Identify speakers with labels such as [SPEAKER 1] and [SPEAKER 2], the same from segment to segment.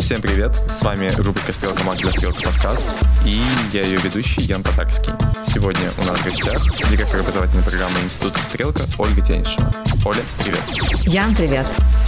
[SPEAKER 1] Всем привет, с вами рубрика «Стрелка Маг для Стрелки подкаст» и я ее ведущий Ян Потарский. Сегодня у нас в гостях директор образовательной программы Института Стрелка Ольга Тенишева. Оля, привет.
[SPEAKER 2] Ян, привет.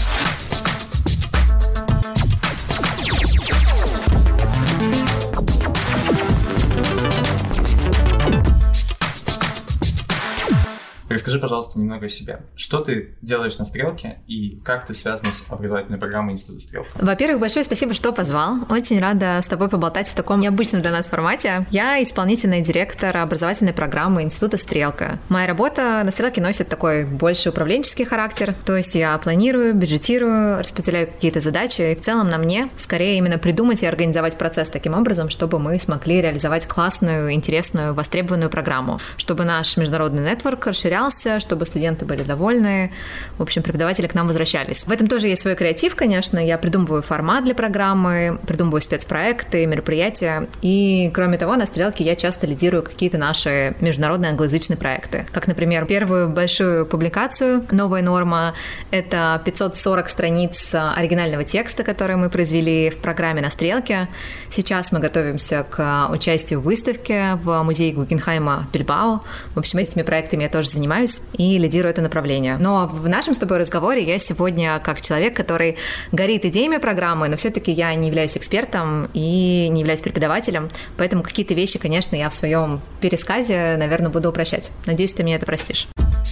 [SPEAKER 1] Расскажи, пожалуйста, немного о себе. Что ты делаешь на Стрелке и как ты связана с образовательной программой Института Стрелка?
[SPEAKER 2] Во-первых, большое спасибо, что позвал. Очень рада с тобой поболтать в таком необычном для нас формате. Я исполнительный директор образовательной программы Института Стрелка. Моя работа на Стрелке носит такой больше управленческий характер, то есть я планирую, бюджетирую, распределяю какие-то задачи, и в целом на мне скорее именно придумать и организовать процесс таким образом, чтобы мы смогли реализовать классную, интересную, востребованную программу, чтобы наш международный нетворк расширялся, чтобы студенты были довольны, в общем, преподаватели к нам возвращались. В этом тоже есть свой креатив, конечно, я придумываю формат для программы, придумываю спецпроекты, мероприятия, и, кроме того, на Стрелке я часто лидирую какие-то наши международные англоязычные проекты, как, например, первую большую публикацию «Новая норма» — это 540 страниц оригинального текста, который мы произвели в программе на Стрелке. Сейчас мы готовимся к участию в выставке в музее Гугенхайма в Бильбао. В общем, этими проектами я тоже занимаюсь и лидирую это направление. Но в нашем с тобой разговоре я сегодня как человек, который горит идеями программы, но все-таки я не являюсь экспертом и не являюсь преподавателем, поэтому какие-то вещи, конечно, я в своем пересказе, наверное, буду упрощать. Надеюсь, ты мне это простишь.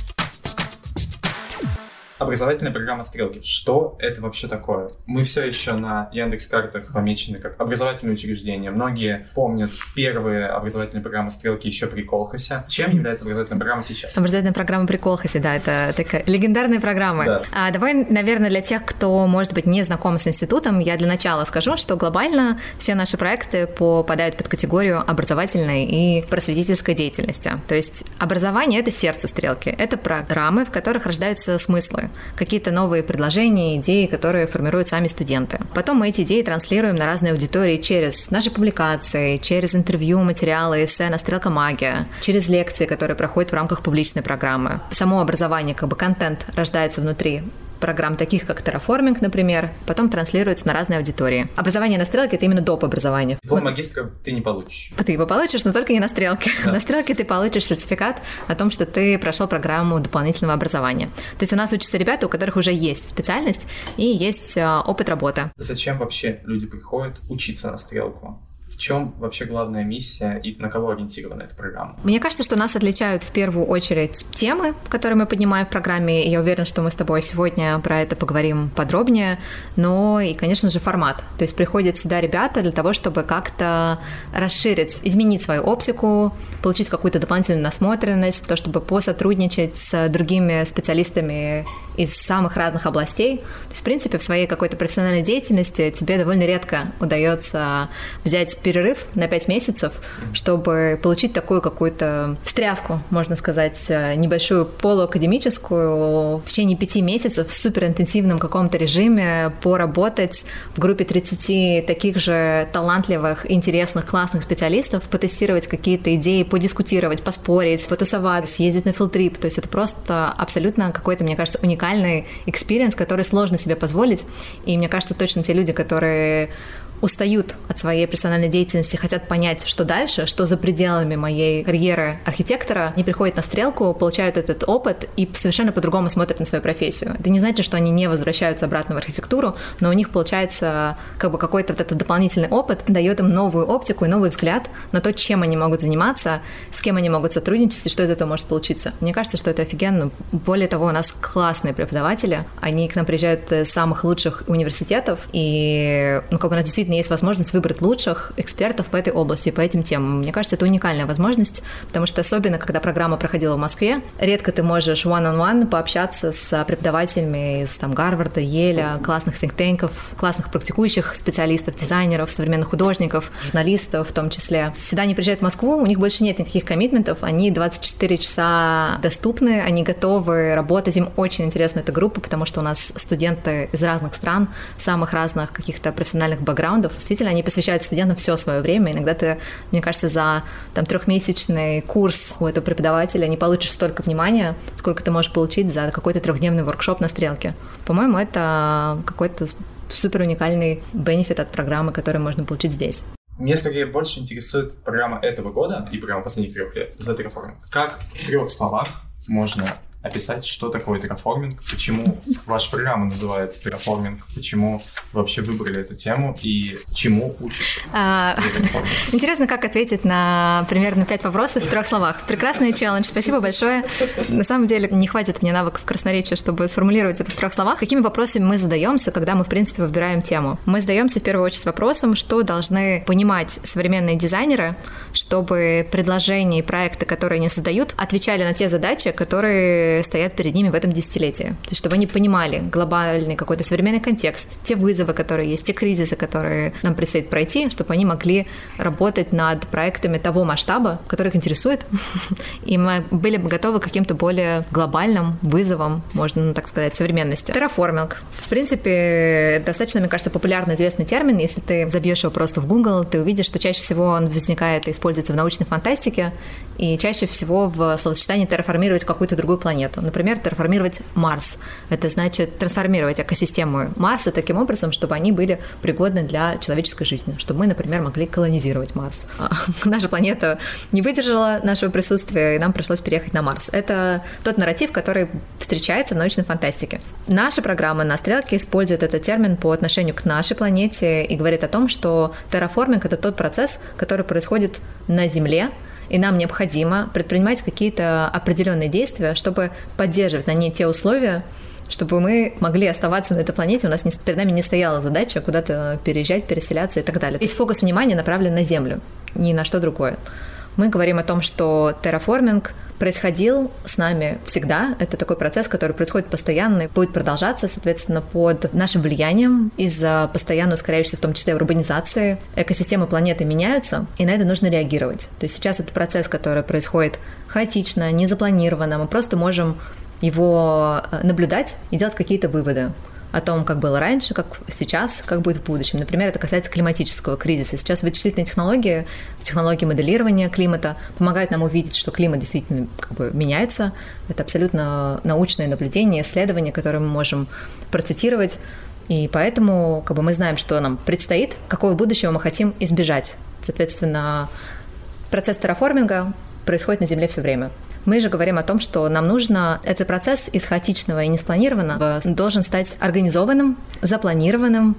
[SPEAKER 1] Образовательная программа Стрелки. Что это вообще такое? Мы все еще на Яндекс.Картах помечены как образовательное учреждение. Многие помнят первые образовательные программы Стрелки еще при Колхасе. Чем является образовательная программа сейчас?
[SPEAKER 2] Образовательная программа при Колхасе, да, это такая легендарная программа. Да. Давай, наверное, для тех, кто, может быть, не знаком с институтом, я для начала скажу, что глобально все наши проекты попадают под категорию образовательной и просветительской деятельности. То есть образование — это сердце Стрелки. Это программы, в которых рождаются смыслы, какие-то новые предложения, идеи, которые формируют сами студенты. Потом мы эти идеи транслируем на разные аудитории через наши публикации, через интервью, материалы, эссе на Стрелка Магия, через лекции, которые проходят в рамках публичной программы. Само образование, контент рождается внутри программ, таких как терраформинг, например, потом транслируется на разные аудитории. Образование на Стрелке — это именно доп. Образование.
[SPEAKER 1] Диплом магистра ты не получишь.
[SPEAKER 2] Ты его получишь, но только не на Стрелке. Да. На Стрелке ты получишь сертификат о том, что ты прошел программу дополнительного образования. То есть у нас учатся ребята, у которых уже есть специальность и есть опыт работы.
[SPEAKER 1] Зачем вообще люди приходят учиться на Стрелку? В чем вообще главная миссия и на кого ориентирована эта программа?
[SPEAKER 2] Мне кажется, что нас отличают в первую очередь темы, которые мы поднимаем в программе, и я уверена, что мы с тобой сегодня про это поговорим подробнее, но и, конечно же, формат. То есть приходят сюда ребята для того, чтобы как-то расширить, изменить свою оптику, получить какую-то дополнительную насмотренность, то, чтобы посотрудничать с другими специалистами из самых разных областей. То есть, в принципе, в своей какой-то профессиональной деятельности тебе довольно редко удается взять перерыв на 5 месяцев, чтобы получить такую какую-то встряску, можно сказать, небольшую полуакадемическую, в течение 5 месяцев в суперинтенсивном каком-то режиме поработать в группе 30 таких же талантливых, интересных, классных специалистов, потестировать какие-то идеи, подискутировать, поспорить, потусоваться, съездить на филтрип. То есть это просто абсолютно какой-то, мне кажется, уникальный экспириенс, который сложно себе позволить. И мне кажется, точно те люди, которые устают от своей профессиональной деятельности, хотят понять, что дальше, что за пределами моей карьеры архитектора, они приходят на Стрелку, получают этот опыт и совершенно по-другому смотрят на свою профессию. Это не значит, что они не возвращаются обратно в архитектуру, но у них получается какой-то вот этот дополнительный опыт, дает им новую оптику и новый взгляд на то, чем они могут заниматься, с кем они могут сотрудничать и что из этого может получиться. Мне кажется, что это офигенно. Более того, у нас классные преподаватели, они к нам приезжают из самых лучших университетов, и у нас действительно есть возможность выбрать лучших экспертов по этой области, по этим темам. Мне кажется, это уникальная возможность, потому что особенно, когда программа проходила в Москве, редко ты можешь one-on-one пообщаться с преподавателями из Гарварда, Йеля, классных think-танков, классных практикующих специалистов, дизайнеров, современных художников, журналистов в том числе. Сюда они приезжают в Москву, у них больше нет никаких коммитментов, они 24 часа доступны, они готовы работать, им очень интересна эта группа, потому что у нас студенты из разных стран, самых разных каких-то профессиональных бэкграундов, действительно, они посвящают студентам все свое время. Иногда ты, мне кажется, за 3-месячный курс у этого преподавателя не получишь столько внимания, сколько ты можешь получить за какой-то 3-дневный воркшоп на Стрелке. По-моему, это какой-то супер уникальный бенефит от программы, который можно получить здесь.
[SPEAKER 1] Меня скорее больше интересует программа этого года и программа последних 3 лет за Terraforming. Как в 3 словах можно описать, что такое терраформинг, почему ваша программа называется терраформинг, почему вы вообще выбрали эту тему и чему учат?
[SPEAKER 2] Интересно, как ответить на примерно 5 вопросов в 3 словах. Прекрасный челлендж, спасибо большое. На самом деле не хватит мне навыков красноречия, чтобы сформулировать это в 3 словах. Какими вопросами мы задаемся, когда мы, в принципе, выбираем тему? Мы задаемся в первую очередь вопросом, что должны понимать современные дизайнеры, чтобы предложения и проекты, которые они создают, отвечали на те задачи, которые стоят перед ними в этом десятилетии. То есть, чтобы они понимали глобальный какой-то современный контекст, те вызовы, которые есть, те кризисы, которые нам предстоит пройти, чтобы они могли работать над проектами того масштаба, который их интересует, и мы были бы готовы к каким-то более глобальным вызовам, можно так сказать, современности. Терраформинг. В принципе, достаточно, мне кажется, популярно известный термин. Если ты забьешь его просто в Google, ты увидишь, что чаще всего он возникает и используется в научной фантастике, и чаще всего в словосочетании терраформировать какую-то другую планету. Например, терраформировать Марс. Это значит трансформировать экосистему Марса таким образом, чтобы они были пригодны для человеческой жизни, чтобы мы, например, могли колонизировать Марс. Наша планета не выдержала нашего присутствия, и нам пришлось переехать на Марс. Это тот нарратив, который встречается в научной фантастике. Наша программа на Стрелке использует этот термин по отношению к нашей планете и говорит о том, что терраформинг — это тот процесс, который происходит на Земле, и нам необходимо предпринимать какие-то определенные действия, чтобы поддерживать на ней те условия, чтобы мы могли оставаться на этой планете, у нас перед нами не стояла задача куда-то переезжать, переселяться и так далее. Весь фокус внимания направлен на Землю, ни на что другое. Мы говорим о том, что терраформинг происходил с нами всегда. Это такой процесс, который происходит постоянно и будет продолжаться, соответственно, под нашим влиянием из-за постоянно ускоряющейся, в том числе, урбанизации. Экосистемы планеты меняются, и на это нужно реагировать. То есть сейчас это процесс, который происходит хаотично, незапланированно. Мы просто можем его наблюдать и делать какие-то выводы о том, как было раньше, как сейчас, как будет в будущем. Например, это касается климатического кризиса. Сейчас вычислительные технологии моделирования климата помогают нам увидеть, что климат действительно меняется. Это абсолютно научные наблюдения, исследования, которые мы можем процитировать. И поэтому мы знаем, что нам предстоит, какого будущего мы хотим избежать. Соответственно, процесс терраформинга происходит на Земле все время. Мы же говорим о том, что нам нужно этот процесс из хаотичного и неспланированного должен стать организованным, запланированным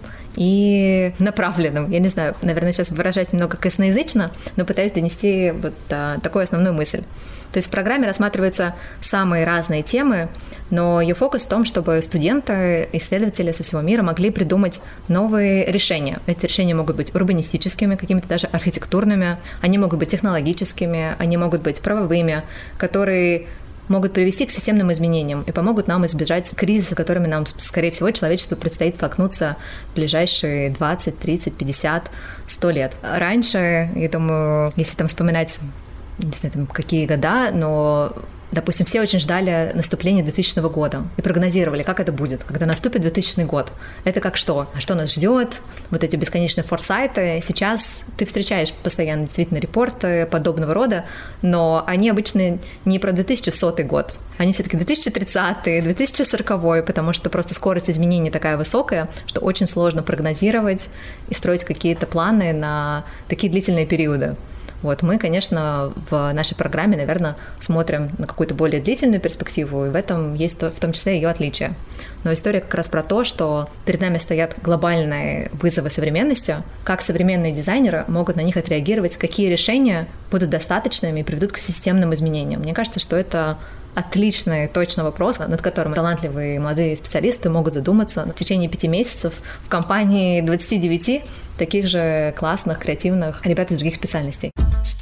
[SPEAKER 2] и направленным. Я не знаю, наверное, сейчас выражаюсь немного косноязычно, но пытаюсь донести такую основную мысль. То есть в программе рассматриваются самые разные темы, но ее фокус в том, чтобы студенты, исследователи со всего мира могли придумать новые решения. Эти решения могут быть урбанистическими, какими-то даже архитектурными, они могут быть технологическими, они могут быть правовыми, которые могут привести к системным изменениям и помогут нам избежать кризиса, с которыми нам, скорее всего, человечеству предстоит столкнуться в ближайшие 20, 30, 50, 100 лет. Раньше, я думаю, если вспоминать, не знаю, какие года, но, допустим, все очень ждали наступления 2000 года и прогнозировали, как это будет, когда наступит 2000 год. Это как что? Что нас ждет? Вот эти бесконечные форсайты. Сейчас ты встречаешь постоянно действительно репорты подобного рода, но они обычно не про 2100 год. Они все-таки 2030-е, 2040-е, потому что просто скорость изменений такая высокая, что очень сложно прогнозировать и строить какие-то планы на такие длительные периоды. Мы, конечно, в нашей программе, наверное, смотрим на какую-то более длительную перспективу, и в этом есть в том числе ее отличие. Но история как раз про то, что перед нами стоят глобальные вызовы современности, как современные дизайнеры могут на них отреагировать, какие решения будут достаточными и приведут к системным изменениям. Мне кажется, что это отличный, точный вопрос, над которым талантливые молодые специалисты могут задуматься в течение 5 месяцев в компании 29 таких же классных, креативных ребят из других специальностей.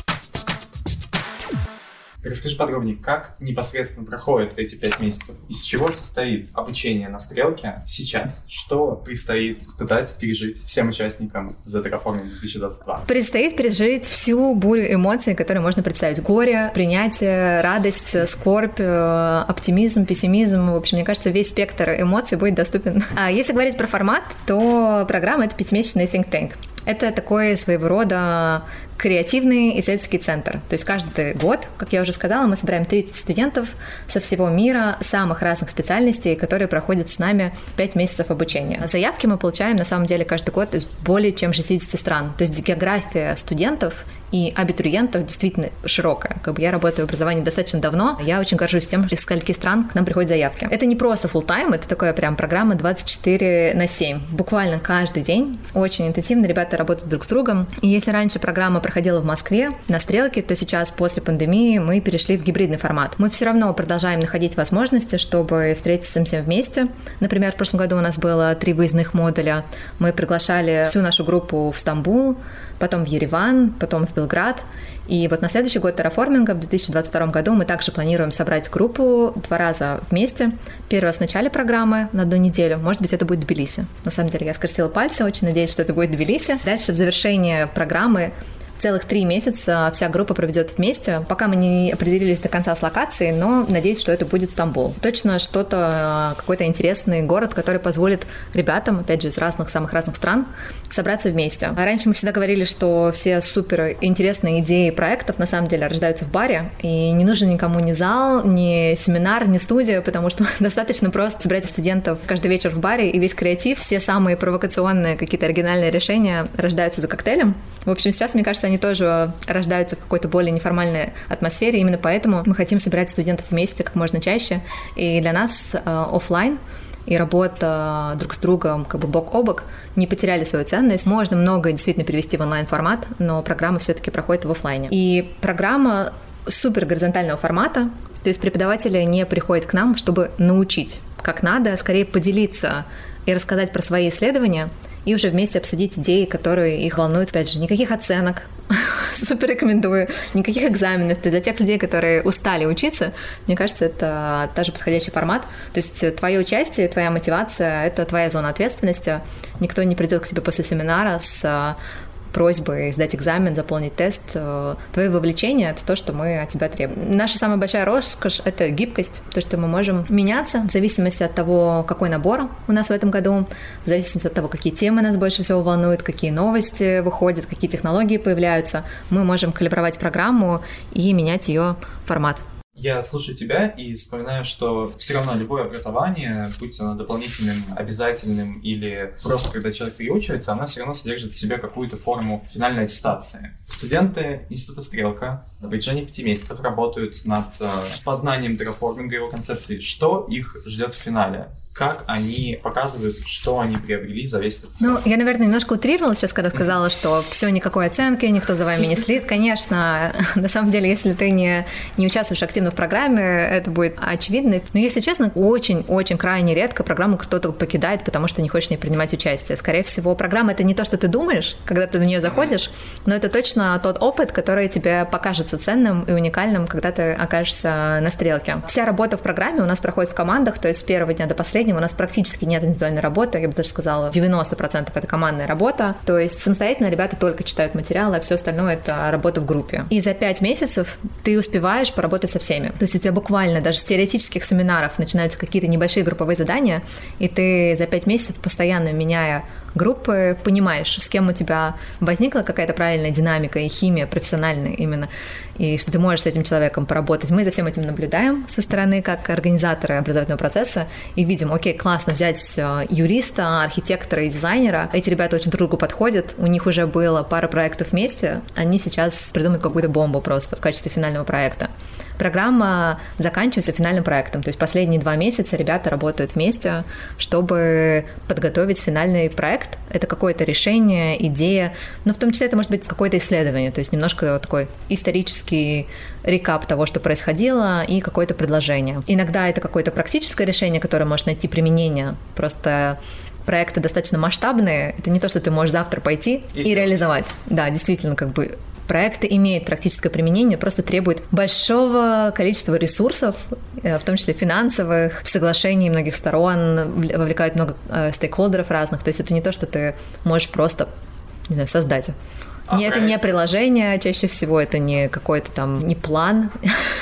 [SPEAKER 1] Расскажи подробнее, как непосредственно проходят эти 5 месяцев? Из чего состоит обучение на Стрелке сейчас? Что предстоит испытать, пережить всем участникам The Terraforming 2022?
[SPEAKER 2] Предстоит пережить всю бурю эмоций, которые можно представить. Горе, принятие, радость, скорбь, оптимизм, пессимизм. В общем, мне кажется, весь спектр эмоций будет доступен. А если говорить про формат, то программа — это 5-месячный think tank. Это такой своего рода креативный исследовательский центр. То есть каждый год, как я уже сказала, мы собираем 30 студентов со всего мира, самых разных специальностей, которые проходят с нами 5 месяцев обучения. Заявки мы получаем, на самом деле, каждый год из более чем 60 стран. То есть география студентов и абитуриентов действительно широкая. Я работаю в образовании достаточно давно. Я очень горжусь тем, из скольких стран к нам приходят заявки. Это не просто full-time, это такая прям программа 24/7. Буквально каждый день. Очень интенсивно ребята работают друг с другом. И если раньше программа проходила в Москве на Стрелке, то сейчас после пандемии мы перешли в гибридный формат. Мы все равно продолжаем находить возможности, чтобы встретиться всем вместе. Например, в прошлом году у нас было 3 выездных модуля. Мы приглашали всю нашу группу в Стамбул, потом в Ереван, потом в Белград. И вот на следующий год терраформинга, в 2022 году, мы также планируем собрать группу 2 раза вместе. Первый раз в начале программы на 1 неделю. Может быть, это будет Тбилиси. На самом деле, я скрестила пальцы, очень надеюсь, что это будет Тбилиси. Дальше в завершении программы целых 3 месяца вся группа проведет вместе. Пока мы не определились до конца с локацией, но надеюсь, что это будет Стамбул. Точно что-то, какой-то интересный город, который позволит ребятам, опять же, из самых разных стран собраться вместе. А раньше мы всегда говорили, что все супер интересные идеи проектов на самом деле рождаются в баре, и не нужен никому ни зал, ни семинар, ни студия, потому что достаточно просто собирать студентов каждый вечер в баре, и весь креатив, все самые провокационные какие-то оригинальные решения рождаются за коктейлем. В общем, сейчас, мне кажется, они тоже рождаются в какой-то более неформальной атмосфере. Именно поэтому мы хотим собирать студентов вместе как можно чаще. И для нас офлайн и работа друг с другом бок о бок не потеряли свою ценность. Можно многое действительно перевести в онлайн-формат, но программа все-таки проходит в офлайне. И программа супер горизонтального формата, то есть преподаватели не приходят к нам, чтобы научить как надо, скорее поделиться и рассказать про свои исследования, и уже вместе обсудить идеи, которые их волнуют. Опять же, никаких оценок, супер рекомендую, никаких экзаменов. Для тех людей, которые устали учиться, мне кажется, это тоже подходящий формат. То есть твое участие, твоя мотивация – это твоя зона ответственности. Никто не придет к тебе после семинара с просьбой сдать экзамен, заполнить тест. Твое вовлечение – это то, что мы от тебя требуем. Наша самая большая роскошь – это гибкость, то, что мы можем меняться в зависимости от того, какой набор у нас в этом году, в зависимости от того, какие темы нас больше всего волнуют, какие новости выходят, какие технологии появляются. Мы можем калибровать программу и менять ее формат.
[SPEAKER 1] Я слушаю тебя и вспоминаю, что все равно любое образование, будь оно дополнительным, обязательным или просто когда человек переучивается, оно все равно содержит в себе какую-то форму финальной аттестации. Студенты Института Стрелка на протяжении 5 месяцев работают над познанием терраформинга и его концепции. Что их ждет в финале? Как они показывают, что они приобрели за весь этот срок?
[SPEAKER 2] Я, наверное, немножко утрировала сейчас, когда сказала, что все, никакой оценки, никто за вами не следит. Конечно, на самом деле, если ты не участвуешь активно в программе, это будет очевидно. Но, если честно, очень-очень крайне редко программу кто-то покидает, потому что не хочет в ней принимать участие. Скорее всего, программа — это не то, что ты думаешь, когда ты в нее заходишь, но это точно тот опыт, который тебе покажется ценным и уникальным, когда ты окажешься на Стрелке. Вся работа в программе у нас проходит в командах, то есть с первого дня до последнего у нас практически нет индивидуальной работы, я бы даже сказала, 90% это командная работа, то есть самостоятельно ребята только читают материалы, а все остальное это работа в группе. И за 5 месяцев ты успеваешь поработать со всеми. То есть у тебя буквально даже с теоретических семинаров начинаются какие-то небольшие групповые задания, и ты за 5 месяцев, постоянно меняя группы, понимаешь, с кем у тебя возникла какая-то правильная динамика и химия профессиональная именно, и что ты можешь с этим человеком поработать. Мы за всем этим наблюдаем со стороны, как организаторы образовательного процесса, и видим, окей, классно взять юриста, архитектора и дизайнера. Эти ребята очень друг другу подходят, у них уже было пара проектов вместе, они сейчас придумают какую-то бомбу просто в качестве финального проекта. Программа заканчивается финальным проектом, то есть последние 2 месяца ребята работают вместе, чтобы подготовить финальный проект. Это какое-то решение, идея, но в том числе это может быть какое-то исследование, то есть немножко такой исторический рекап того, что происходило, и какое-то предложение. Иногда это какое-то практическое решение, которое может найти применение, просто проекты достаточно масштабные, это не то, что ты можешь завтра пойти и реализовать. Да, действительно, проекты имеют практическое применение, просто требуют большого количества ресурсов, в том числе финансовых, соглашений многих сторон, вовлекают много стейкхолдеров разных. То есть это не то, что ты можешь просто, не знаю, создать. Это не приложение, чаще всего это не какой-то там, не план,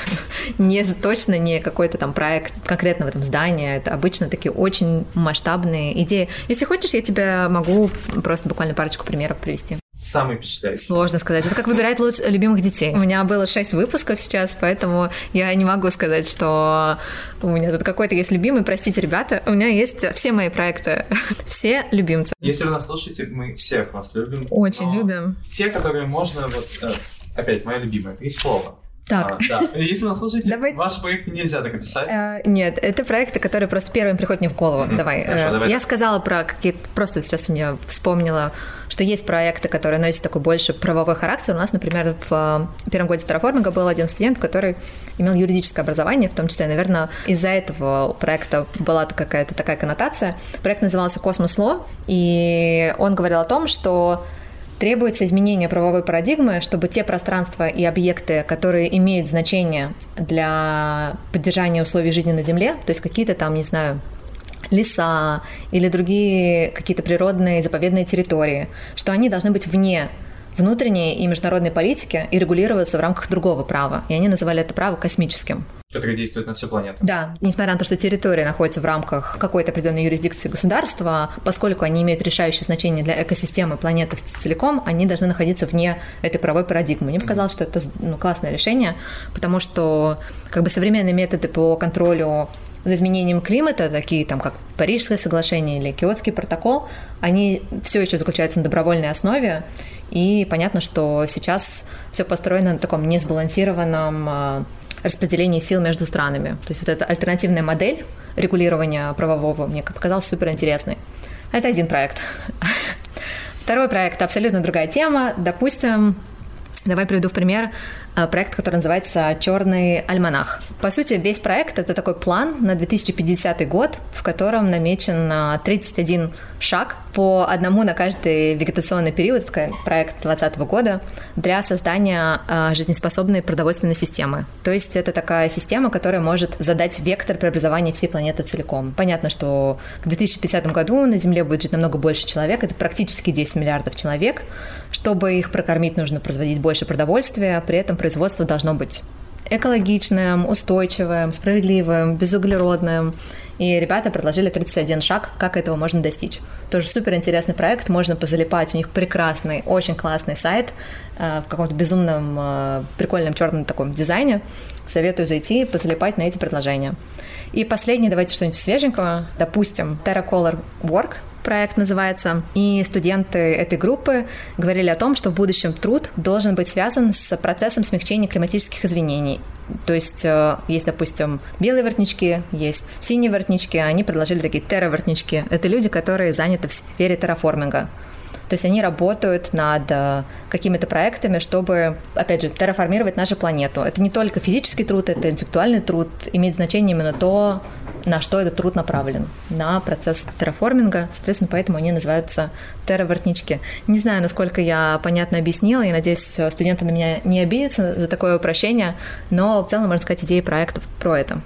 [SPEAKER 2] точно не какой-то там проект конкретно в этом здании. Это обычно такие очень масштабные идеи. Если хочешь, я тебе могу просто буквально парочку примеров привести.
[SPEAKER 1] самый впечатляющий?
[SPEAKER 2] Сложно сказать. Это как выбирать любимых детей. У меня было 6 выпусков сейчас, поэтому я не могу сказать, что у меня тут какой-то есть любимый. Простите, ребята, у меня есть все мои проекты. Все любимцы.
[SPEAKER 1] Если вы нас слушаете, мы всех вас любим.
[SPEAKER 2] Очень любим.
[SPEAKER 1] Те, которые можно... Опять, моя любимая. 3 слова.
[SPEAKER 2] Так.
[SPEAKER 1] Да. Если нас слушаете, ваши проекты нельзя так описать.
[SPEAKER 2] Нет, это проекты, которые просто первыми приходят мне в голову. Давай. Я сказала про какие-то... Просто сейчас у меня вспомнила, что есть проекты, которые носят такой больше правовой характер. У нас, например, в первом годе терраформинга был один студент, который имел юридическое образование, в том числе, наверное, из-за этого проекта была какая-то такая коннотация. Проект назывался «Космос Ло», и он говорил о том, что требуется изменение правовой парадигмы, чтобы те пространства и объекты, которые имеют значение для поддержания условий жизни на Земле, то есть какие-то там, не знаю, леса или другие какие-то природные заповедные территории, что они должны быть вне внутренней и международной политики и регулироваться в рамках другого права. И они называли это право космическим.
[SPEAKER 1] Который действует на всю планету.
[SPEAKER 2] Да, несмотря на то, что территория находится в рамках какой-то определенной юрисдикции государства, поскольку они имеют решающее значение для экосистемы планеты целиком, они должны находиться вне этой правовой парадигмы. Мне показалось, что это классное решение, потому что современные методы по контролю за изменением климата, такие там как Парижское соглашение или Киотский протокол, они все еще заключаются на добровольной основе, и понятно, что сейчас все построено на таком несбалансированном распределении сил между странами. То есть вот эта альтернативная модель регулирования правового мне показалась суперинтересной. Это один проект. Второй проект – абсолютно другая тема. Допустим, давай приведу в пример проект, который называется «Черный альманах». По сути, весь проект – это такой план на 2050 год, в котором намечен 31 шаг по одному на каждый вегетационный период, это проект 2020 года, для создания жизнеспособной продовольственной системы. То есть это такая система, которая может задать вектор преобразования всей планеты целиком. Понятно, что к 2050 году на Земле будет жить намного больше человек, это практически 10 миллиардов человек. Чтобы их прокормить, нужно производить больше продовольствия, при этом производство должно быть экологичным, устойчивым, справедливым, безуглеродным. И ребята предложили 31 шаг, как этого можно достичь. Тоже суперинтересный проект, можно позалипать, у них прекрасный, очень классный сайт в каком-то безумном, прикольном черном таком дизайне. Советую зайти и позалипать на эти предложения. И последний, давайте что-нибудь свеженького. Допустим, TerraColor Work проект называется, и студенты этой группы говорили о том, что в будущем труд должен быть связан с процессом смягчения климатических изменений. То есть есть, допустим, белые воротнички, есть синие воротнички, они предложили такие терраворотнички. Это люди, которые заняты в сфере терраформинга. То есть они работают над какими-то проектами, чтобы, опять же, терраформировать нашу планету. Это не только физический труд, это интеллектуальный труд. Имеет значение именно то, на что этот труд направлен, на процесс терраформинга. Соответственно, поэтому они называются терраворотнички. Не знаю, насколько я понятно объяснила. Я надеюсь, студенты на меня не обидятся за такое упрощение, но в целом, можно сказать, идеи проектов про это.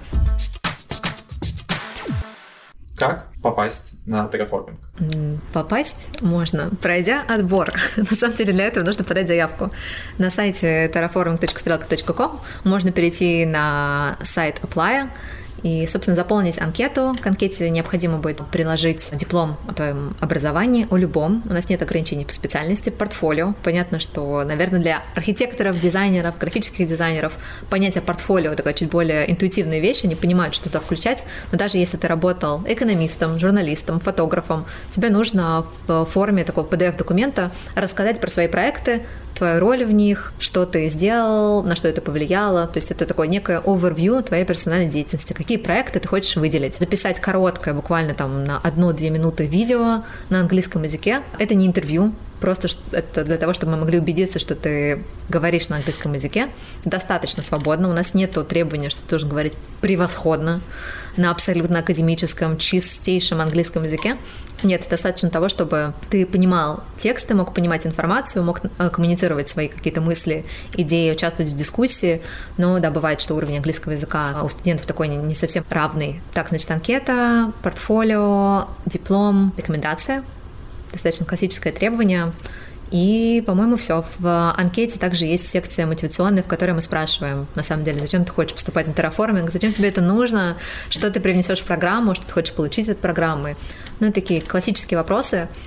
[SPEAKER 1] Как попасть на терраформинг?
[SPEAKER 2] Попасть можно, пройдя отбор. На самом деле для этого нужно подать заявку. На сайте terraforming.strelka.com можно перейти на сайт Apply и, собственно, заполнить анкету. К анкете необходимо будет приложить диплом о твоем образовании, о любом. У нас нет ограничений по специальности, портфолио. Понятно, что, наверное, для архитекторов, дизайнеров, графических дизайнеров понятие портфолио такая чуть более интуитивная вещь, они понимают, что туда включать. Но даже если ты работал экономистом, журналистом, фотографом, тебе нужно в форме такого PDF-документа рассказать про свои проекты, твою роль в них, что ты сделал, на что это повлияло. То есть это такое некое overview твоей персональной деятельности. Какие проекты ты хочешь выделить. Записать короткое, буквально там на 1-2 минуты видео на английском языке. Это не интервью, просто это для того, чтобы мы могли убедиться, что ты говоришь на английском языке достаточно свободно. У нас нет требования, что ты должен говорить превосходно на абсолютно академическом, чистейшем английском языке. Нет, достаточно того, чтобы ты понимал тексты, мог понимать информацию, мог коммуницировать свои какие-то мысли, идеи, участвовать в дискуссии. Но да, бывает, что уровень английского языка у студентов такой не совсем равный. Так, значит, анкета, портфолио, диплом, рекомендация. Достаточно классическое требование. И, по-моему, все. В анкете также есть секция мотивационная, в которой мы спрашиваем, на самом деле, зачем ты хочешь поступать на терраформинг, зачем тебе это нужно, что ты привнесешь в программу, что ты хочешь получить от программы. Ну, такие классические вопросы.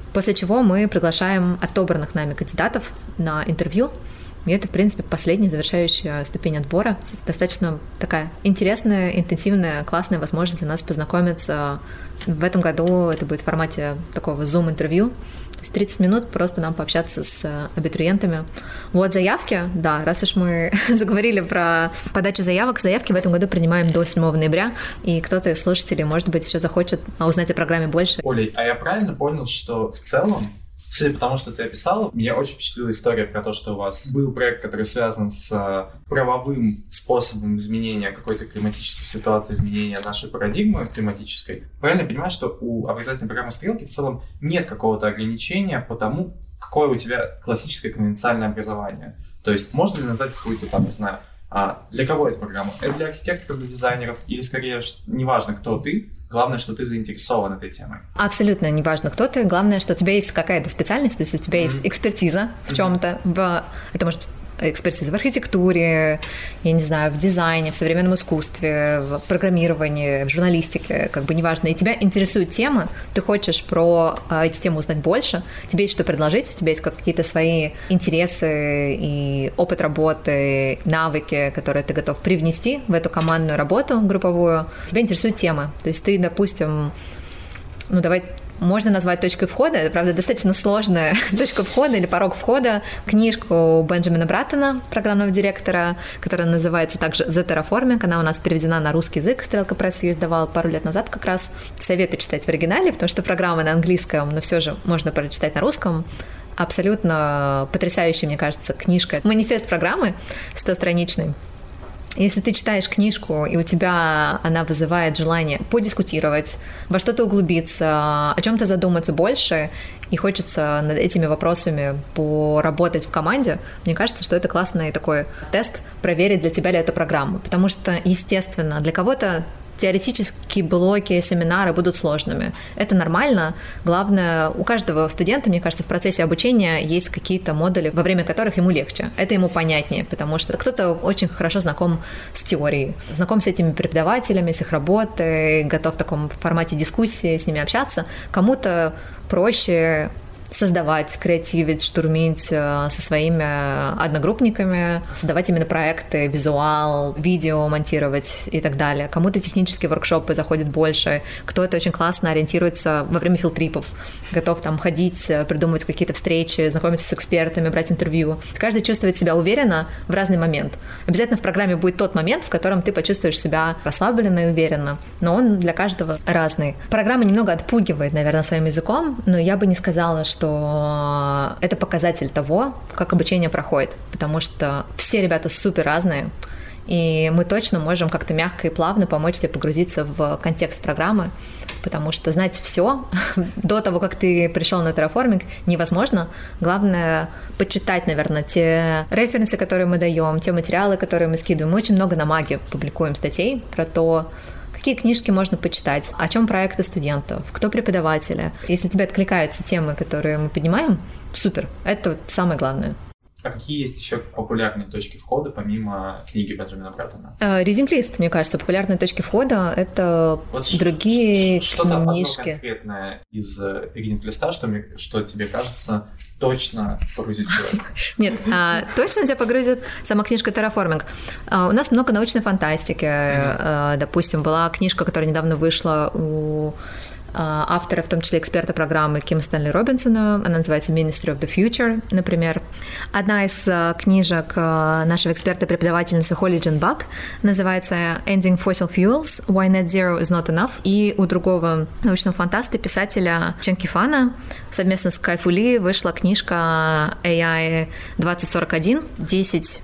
[SPEAKER 2] после чего мы приглашаем отобранных нами кандидатов на интервью. И это, в принципе, последняя завершающая ступень отбора. Достаточно такая интересная, интенсивная, классная возможность для нас познакомиться. В этом году это будет в формате такого Zoom-интервью. То есть 30 минут просто нам пообщаться с абитуриентами. Вот заявки, да, раз уж мы заговорили про подачу заявок, заявки в этом году принимаем до 7 ноября, и кто-то из слушателей, может быть, еще захочет узнать о программе больше.
[SPEAKER 1] Оля, а я правильно понял, что в целом, судя по тому, что ты описала, меня очень впечатлила история про то, что у вас был проект, который связан с правовым способом изменения какой-то климатической ситуации, изменения нашей парадигмы климатической. Правильно я понимаю, что у образовательной программы «Стрелки» в целом нет какого-то ограничения по тому, какое у тебя классическое конвенциальное образование? То есть можно ли назвать какую-то, там, не знаю, для кого эта программа? Это для архитекторов, для дизайнеров? Или скорее, неважно, кто ты, главное, что ты заинтересован этой темой?
[SPEAKER 2] Абсолютно неважно, кто ты. Главное, что у тебя есть какая-то специальность, то есть у тебя есть экспертиза в чем-то. Это может быть экспертиза в архитектуре, я не знаю, в дизайне, в современном искусстве, в программировании, в журналистике, как бы неважно. И тебя интересует тема, ты хочешь про эти темы узнать больше, тебе есть что предложить, у тебя есть какие-то свои интересы и опыт работы, навыки, которые ты готов привнести в эту командную работу групповую. Тебя интересуют темы. То есть ты, допустим, можно назвать точкой входа, это, правда, достаточно сложная точка входа или порог входа, книжку Бенджамина Браттона, программного директора, которая называется также «The Terraforming». Она у нас переведена на русский язык, Стрелка Пресс ее издавала пару лет назад как раз. Советую читать в оригинале, потому что программа на английском, но все же можно прочитать на русском. Абсолютно потрясающая, мне кажется, книжка. Манифест программы 100-страничный. Если ты читаешь книжку, и у тебя она вызывает желание подискутировать, во что-то углубиться, о чем-то задуматься больше, и хочется над этими вопросами поработать в команде, мне кажется, что это классный такой тест, проверить, для тебя ли эта программа. Потому что, естественно, для кого-то теоретические блоки, семинары будут сложными. Это нормально. Главное, у каждого студента, мне кажется, в процессе обучения есть какие-то модули, во время которых ему легче. Это ему понятнее, потому что кто-то очень хорошо знаком с теорией, знаком с этими преподавателями, с их работой, готов в таком формате дискуссии с ними общаться. Кому-то проще создавать, креативить, штурмить со своими одногруппниками, создавать именно проекты, визуал, видео монтировать и так далее. Кому-то технические воркшопы заходят больше, кто-то очень классно ориентируется во время филтрипов, готов там ходить, придумывать какие-то встречи, знакомиться с экспертами, брать интервью. Каждый чувствует себя уверенно в разный момент. Обязательно в программе будет тот момент, в котором ты почувствуешь себя расслабленно и уверенно, но он для каждого разный. Программа немного отпугивает, наверное, своим языком, но я бы не сказала, что это показатель того, как обучение проходит, потому что все ребята супер разные, и мы точно можем как-то мягко и плавно помочь тебе погрузиться в контекст программы, потому что знать все до того, как ты пришел на Terraforming, невозможно. Главное почитать, наверное, те референсы, которые мы даем, те материалы, которые мы скидываем. Мы очень много на Маге публикуем статей про то, какие книжки можно почитать, о чем проекты студентов, кто преподаватели. Если тебе откликаются темы, которые мы поднимаем, супер, это самое главное.
[SPEAKER 1] А какие есть еще популярные точки входа, помимо книги Бенджамина Браттона?
[SPEAKER 2] Reading List, мне кажется, популярные точки входа — это вот другие
[SPEAKER 1] что-то
[SPEAKER 2] книжки.
[SPEAKER 1] Что-то конкретное из Reading List, что тебе кажется точно погрузит человека?
[SPEAKER 2] Нет, точно тебя погрузит сама книжка Terraforming. У нас много научной фантастики. Допустим, была книжка, которая недавно вышла у автора, в том числе эксперта программы Ким Стэнли Робинсона. Она называется Ministry of the Future, например. Одна из книжек нашего эксперта-преподавательницы Холли Джин Бак называется Ending Fossil Fuels, Why Net Zero is Not Enough. И у другого научного фантаста, писателя Чен Кифана совместно с Кайфу Ли вышла книжка AI 2041, 10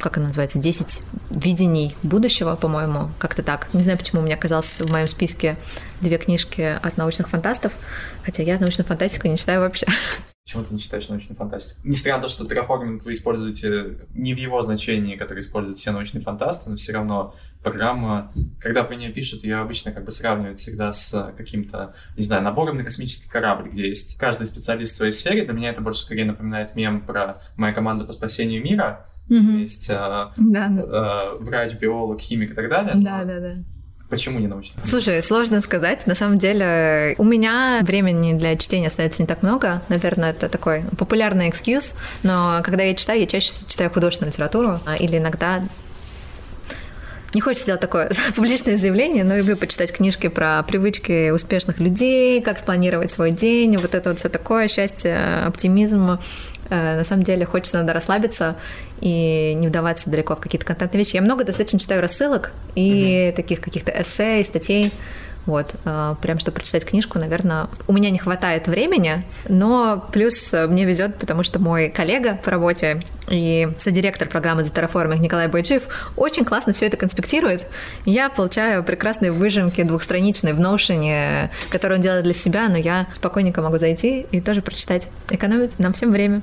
[SPEAKER 2] видений будущего, по-моему, как-то так. Не знаю, почему у меня оказалось в моем списке 2 книжки от научных фантастов, хотя я научную фантастику не читаю вообще.
[SPEAKER 1] Почему ты не читаешь научную фантастику? Несмотря на то, что Terraforming вы используете не в его значении, которое используют все научные фантасты, но все равно программа, когда про нее пишут, ее обычно как бы сравнивают всегда с каким-то, не знаю, набором на космический корабль, где есть каждый специалист в своей сфере. Для меня это больше скорее напоминает мем про «Моя команда по спасению мира». Есть врач, биолог, химик и так далее.
[SPEAKER 2] Да.
[SPEAKER 1] Почему не научных?
[SPEAKER 2] Слушай, сложно сказать. На самом деле, у меня времени для чтения остается не так много. Наверное, это такой популярный экскьюз. Но когда я читаю, я чаще читаю художественную литературу. Или иногда... Не хочется делать такое публичное заявление, но люблю почитать книжки про привычки успешных людей, как спланировать свой день, вот это вот все такое, счастье, оптимизм. На самом деле хочется иногда расслабиться и не вдаваться далеко в какие-то контентные вещи. Я много достаточно читаю рассылок и таких каких-то эссе, статей. Вот, прям чтобы прочитать книжку, наверное, у меня не хватает времени, но плюс мне везет, потому что мой коллега по работе и содиректор программы The Terraforming Николай Бойчиев очень классно все это конспектирует. Я получаю прекрасные выжимки двухстраничные в Notion, которые он делает для себя, но я спокойненько могу зайти и тоже прочитать. Экономить нам всем время.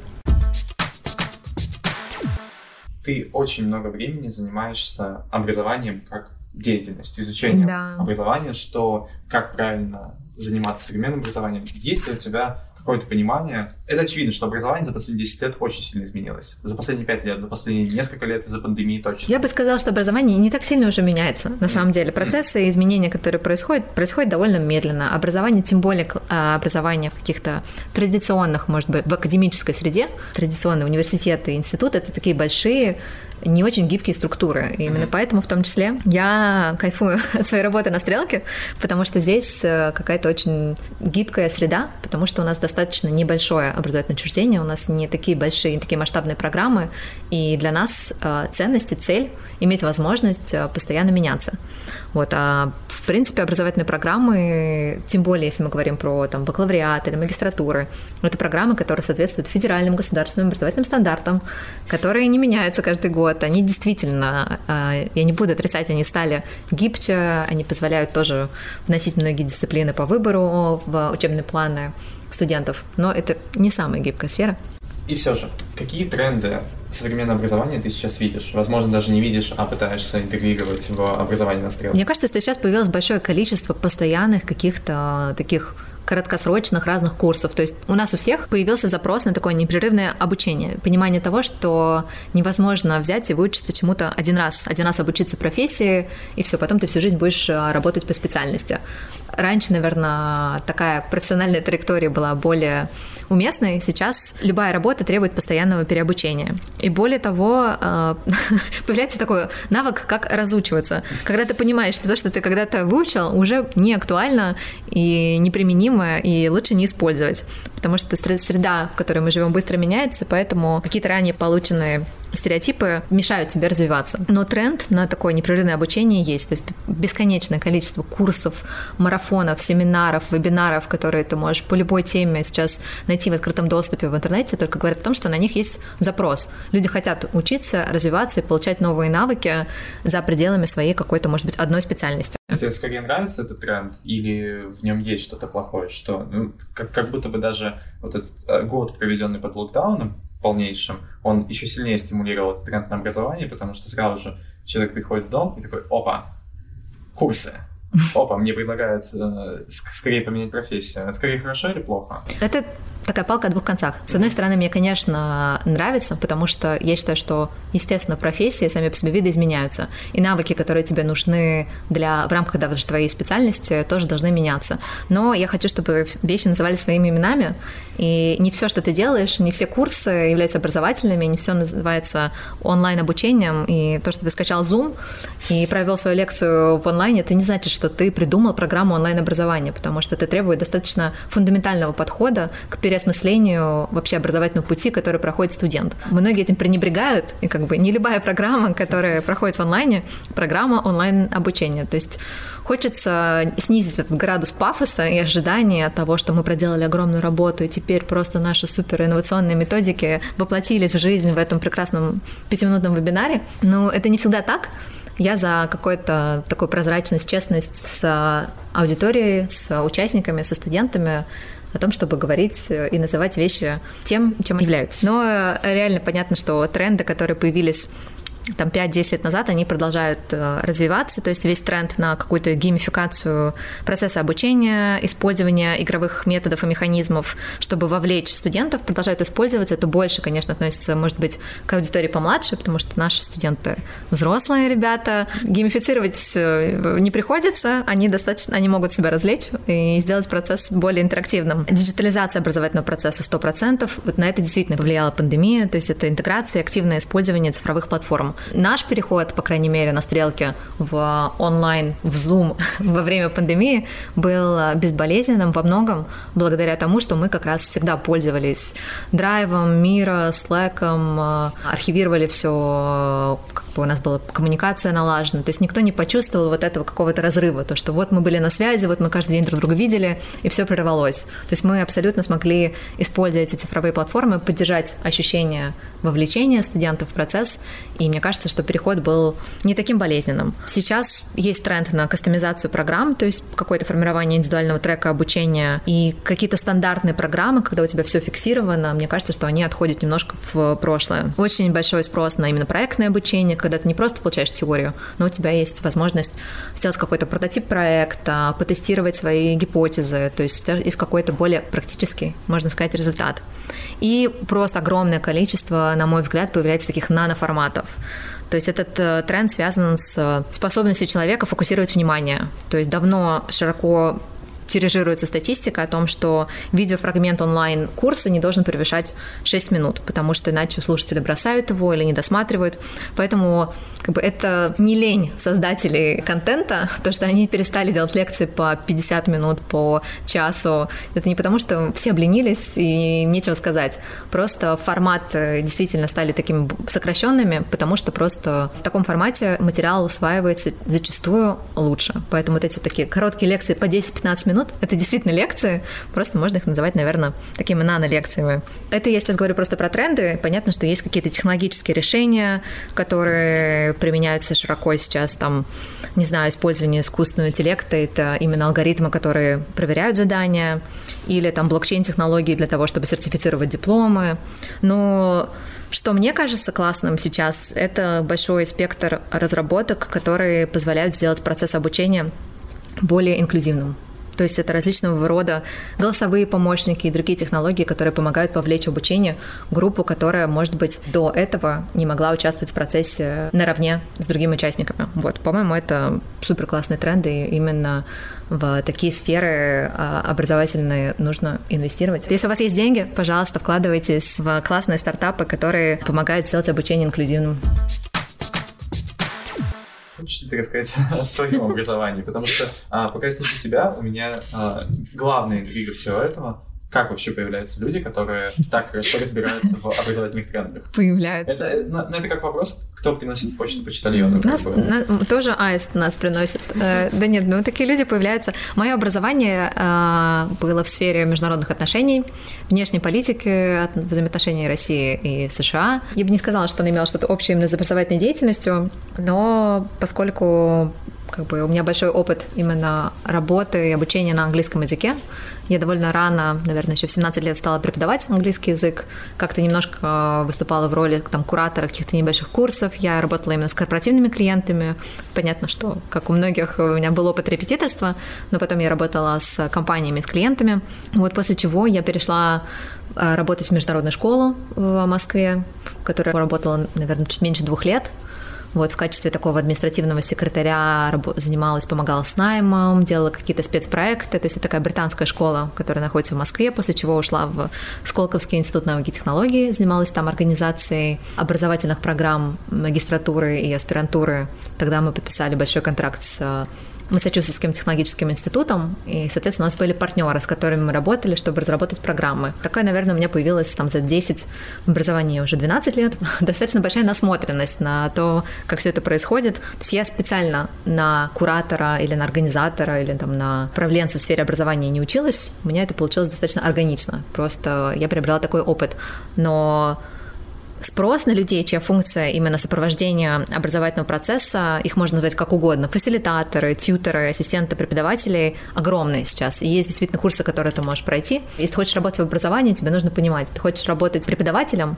[SPEAKER 1] Ты очень много времени занимаешься образованием как деятельностью, изучением образования, как правильно заниматься современным образованием. Есть ли у тебя какое-то понимание? Это очевидно, что образование за последние 10 лет очень сильно изменилось. За последние 5 лет, за последние несколько лет из-за пандемии точно.
[SPEAKER 2] Я бы сказала, что образование не так сильно уже меняется. На самом деле процессы изменения, которые происходят довольно медленно. Образование, тем более образование в каких-то традиционных, может быть, в академической среде, традиционные университеты, институты, это такие большие, не очень гибкие структуры. И именно поэтому, в том числе, я кайфую от своей работы на «Стрелке», потому что здесь какая-то очень гибкая среда, потому что у нас достаточно небольшое образовательное учреждение, у нас не такие большие, не такие масштабные программы, и для нас ценность и цель — иметь возможность постоянно меняться. Вот, а в принципе образовательные программы, тем более если мы говорим про там, бакалавриат или магистратуры, это программы, которые соответствуют федеральным государственным образовательным стандартам, которые не меняются каждый год. Они действительно, я не буду отрицать, они стали гибче, они позволяют тоже вносить многие дисциплины по выбору в учебные планы студентов, но это не самая гибкая сфера.
[SPEAKER 1] И все же, какие тренды современного образования ты сейчас видишь? Возможно, даже не видишь, а пытаешься интегрировать в образование на «Стрелке».
[SPEAKER 2] Мне кажется, что сейчас появилось большое количество постоянных каких-то таких краткосрочных разных курсов. То есть у нас у всех появился запрос на такое непрерывное обучение, понимание того, что невозможно взять и выучиться чему-то один раз обучиться профессии, и все, потом ты всю жизнь будешь работать по специальности. Раньше, наверное, такая профессиональная траектория была более уместной. Сейчас любая работа требует постоянного переобучения. И более того, появляется такой навык, как разучиваться. Когда ты понимаешь, что то, что ты когда-то выучил, уже не актуально и неприменимо, и лучше не использовать. Потому что среда, в которой мы живем, быстро меняется, поэтому какие-то ранее полученные стереотипы мешают тебе развиваться. Но тренд на такое непрерывное обучение есть. То есть бесконечное количество курсов, марафонов, семинаров, вебинаров, которые ты можешь по любой теме сейчас найти в открытом доступе в интернете, только говорят о том, что на них есть запрос. Люди хотят учиться, развиваться и получать новые навыки за пределами своей какой-то, может быть, одной специальности.
[SPEAKER 1] Тебе скорее нравится этот тренд или в нем есть что-то плохое? Что, как будто бы даже вот этот год, проведенный под локдауном, полнейшим, он еще сильнее стимулировал этот тренд на образование, потому что сразу же человек приходит в дом и такой: опа, курсы. Опа, мне предлагают скорее поменять профессию. Это скорее хорошо или плохо?
[SPEAKER 2] Это такая палка о двух концах. С одной стороны, мне, конечно, нравится, потому что я считаю, что, естественно, профессии сами по себе видоизменяются. И навыки, которые тебе нужны в рамках даже твоей специальности, тоже должны меняться. Но я хочу, чтобы вещи называли своими именами. И не все, что ты делаешь, не все курсы являются образовательными, не все называется онлайн-обучением. И то, что ты скачал Zoom и провел свою лекцию в онлайне, это не значит, что ты придумал программу онлайн-образования, потому что это требует достаточно фундаментального подхода к переосмыслению вообще образовательного пути, который проходит студент. Многие этим пренебрегают, и как бы не любая программа, которая проходит в онлайне, программа онлайн-обучения. То есть хочется снизить этот градус пафоса и ожидания от того, что мы проделали огромную работу, и теперь просто наши суперинновационные методики воплотились в жизнь в этом прекрасном 5-минутном вебинаре. Но это не всегда так. Я за какую-то такую прозрачность, честность с аудиторией, с участниками, со студентами о том, чтобы говорить и называть вещи тем, чем они являются. Но реально понятно, что тренды, которые появились там 5-10 лет назад, они продолжают развиваться, то есть весь тренд на какую-то геймификацию процесса обучения, использование игровых методов и механизмов, чтобы вовлечь студентов, продолжают использоваться. Это больше, конечно, относится, может быть, к аудитории помладше, потому что наши студенты взрослые ребята. Геймифицировать не приходится, они могут себя развлечь и сделать процесс более интерактивным. Диджитализация образовательного процесса 100%. Вот на это действительно повлияла пандемия, то есть это интеграция и активное использование цифровых платформ. Наш переход, по крайней мере, на стрелке в онлайн, в Zoom во время пандемии был безболезненным во многом благодаря тому, что мы как раз всегда пользовались драйвом, Мира, Slack'ом, архивировали все, как бы у нас была коммуникация налажена, то есть никто не почувствовал вот этого какого-то разрыва, то, что вот мы были на связи, вот мы каждый день друг друга видели, и все прервалось. То есть мы абсолютно смогли, используя эти цифровые платформы, поддержать ощущение вовлечения студентов в процесс, и мне кажется, что переход был не таким болезненным. Сейчас есть тренд на кастомизацию программ, то есть какое-то формирование индивидуального трека обучения и какие-то стандартные программы, когда у тебя все фиксировано, мне кажется, что они отходят немножко в прошлое. Очень большой спрос на именно проектное обучение, когда ты не просто получаешь теорию, но у тебя есть возможность сделать какой-то прототип проекта, потестировать свои гипотезы, то есть из какой-то более практический, можно сказать, результат. И просто огромное количество, на мой взгляд, появляется таких наноформатов. То есть этот тренд связан с способностью человека фокусировать внимание. То есть давно широко тиражируется статистика о том, что видеофрагмент онлайн-курса не должен превышать 6 минут, потому что иначе слушатели бросают его или не досматривают. Поэтому это не лень создателей контента, то, что они перестали делать лекции по 50 минут, по часу. Это не потому, что все обленились и нечего сказать. Просто формат действительно стали такими сокращенными, потому что просто в таком формате материал усваивается зачастую лучше. Поэтому вот эти такие короткие лекции по 10-15 минут, это действительно лекции, просто можно их называть, наверное, такими нано-лекциями. Это я сейчас говорю просто про тренды. Понятно, что есть какие-то технологические решения, которые применяются широко сейчас, там, не знаю, использование искусственного интеллекта, это именно алгоритмы, которые проверяют задания, или там блокчейн-технологии для того, чтобы сертифицировать дипломы. Но что мне кажется классным сейчас, это большой спектр разработок, которые позволяют сделать процесс обучения более инклюзивным. То есть это различного рода голосовые помощники и другие технологии, которые помогают вовлечь в обучение группу, которая, может быть, до этого не могла участвовать в процессе наравне с другими участниками. Вот, по-моему, это супер классный тренд, и именно в такие сферы образовательные нужно инвестировать. Если у вас есть деньги, пожалуйста, вкладывайтесь в классные стартапы, которые помогают сделать обучение инклюзивным.
[SPEAKER 1] Хочешь ли ты рассказать о своем образовании? Потому что, пока я слушаю тебя, у меня главная интрига всего этого. Как вообще появляются люди, которые так хорошо разбираются в образовательных трендах?
[SPEAKER 2] Появляются.
[SPEAKER 1] Это как вопрос, кто приносит почту почтальону?
[SPEAKER 2] Тоже аист нас приносит. Да нет, такие люди появляются. Мое образование было в сфере международных отношений, внешней политики, взаимоотношений России и США. Я бы не сказала, что он имел что-то общее именно с образовательной деятельностью, но поскольку у меня большой опыт именно работы и обучения на английском языке. Я довольно рано, наверное, еще в 17 лет стала преподавать английский язык. Как-то немножко выступала в роли куратора каких-то небольших курсов. Я работала именно с корпоративными клиентами. Понятно, что, как у многих, у меня был опыт репетиторства, но потом я работала с компаниями, с клиентами. Вот после чего я перешла работать в международную школу в Москве, в которой работала, наверное, чуть меньше 2 лет. Вот, в качестве такого административного секретаря занималась, помогала с наймом, делала какие-то спецпроекты. То есть это такая британская школа, которая находится в Москве, после чего ушла в Сколковский институт науки и технологий, занималась там организацией образовательных программ магистратуры и аспирантуры. Тогда мы подписали большой контракт с Массачусетским технологическим институтом, и, соответственно, у нас были партнеры, с которыми мы работали, чтобы разработать программы. Такая, наверное, у меня появилась за 10 в образовании уже 12 лет. Достаточно большая насмотренность на то, как все это происходит. То есть я специально на куратора или на организатора, или на управленца в сфере образования не училась. У меня это получилось достаточно органично. Просто я приобрела такой опыт. Но спрос на людей, чья функция именно сопровождения образовательного процесса, их можно назвать как угодно, фасилитаторы, тьюторы, ассистенты преподавателей, огромные сейчас. И есть действительно курсы, которые ты можешь пройти. Если ты хочешь работать в образовании, тебе нужно понимать, ты хочешь работать преподавателем,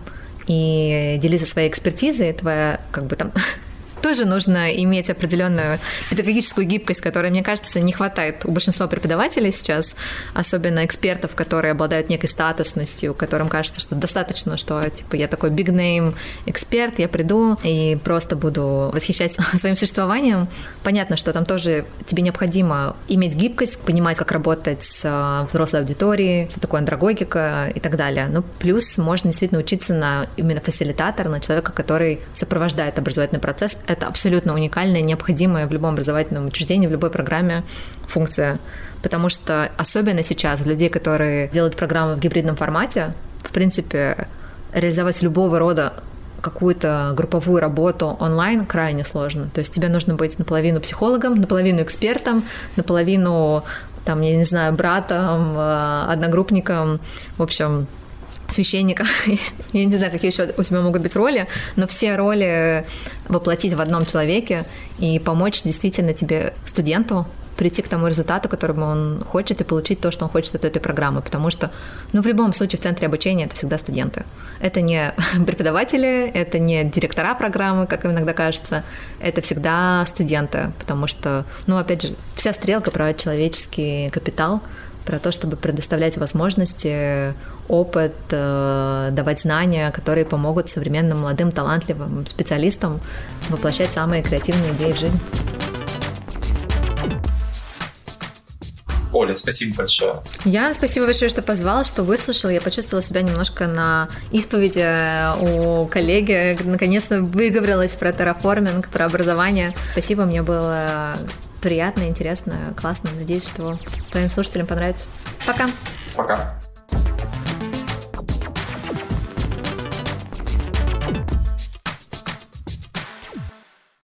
[SPEAKER 2] и делиться своей экспертизой, твоя, как бы там... Тоже нужно иметь определенную педагогическую гибкость, которой, мне кажется, не хватает у большинства преподавателей сейчас, особенно экспертов, которые обладают некой статусностью, которым кажется, что достаточно, что типа я такой big name эксперт, я приду и просто буду восхищать своим существованием. Понятно, что там тоже тебе необходимо иметь гибкость, понимать, как работать с взрослой аудиторией, что такое андрогогика и так далее. Но плюс можно действительно учиться на именно фасилитатора, на человека, который сопровождает образовательный процесс. Это абсолютно уникальная, необходимая в любом образовательном учреждении, в любой программе функция. Потому что особенно сейчас для людей, которые делают программы в гибридном формате, в принципе, реализовать любого рода какую-то групповую работу онлайн крайне сложно. То есть тебе нужно быть наполовину психологом, наполовину экспертом, наполовину, там, я не знаю, братом, одногруппником, в общем, священника. Я не знаю, какие еще у тебя могут быть роли, но все роли воплотить в одном человеке и помочь действительно тебе, студенту, прийти к тому результату, которому он хочет, и получить то, что он хочет от этой программы. Потому что, в любом случае в центре обучения это всегда студенты. Это не преподаватели, это не директора программы, как иногда кажется, это всегда студенты. Потому что, опять же, вся стрелка про человеческий капитал, про то, чтобы предоставлять возможности, опыт, давать знания, которые помогут современным, молодым, талантливым специалистам воплощать самые креативные идеи в жизнь.
[SPEAKER 1] Оля, спасибо большое.
[SPEAKER 2] Ян, спасибо большое, что позвал, что выслушал. Я почувствовала себя немножко на исповеди у коллеги. Наконец-то выговорилась про терраформинг, про образование. Спасибо, мне было приятно, интересно, классно. Надеюсь, что твоим слушателям понравится. Пока.
[SPEAKER 1] Пока.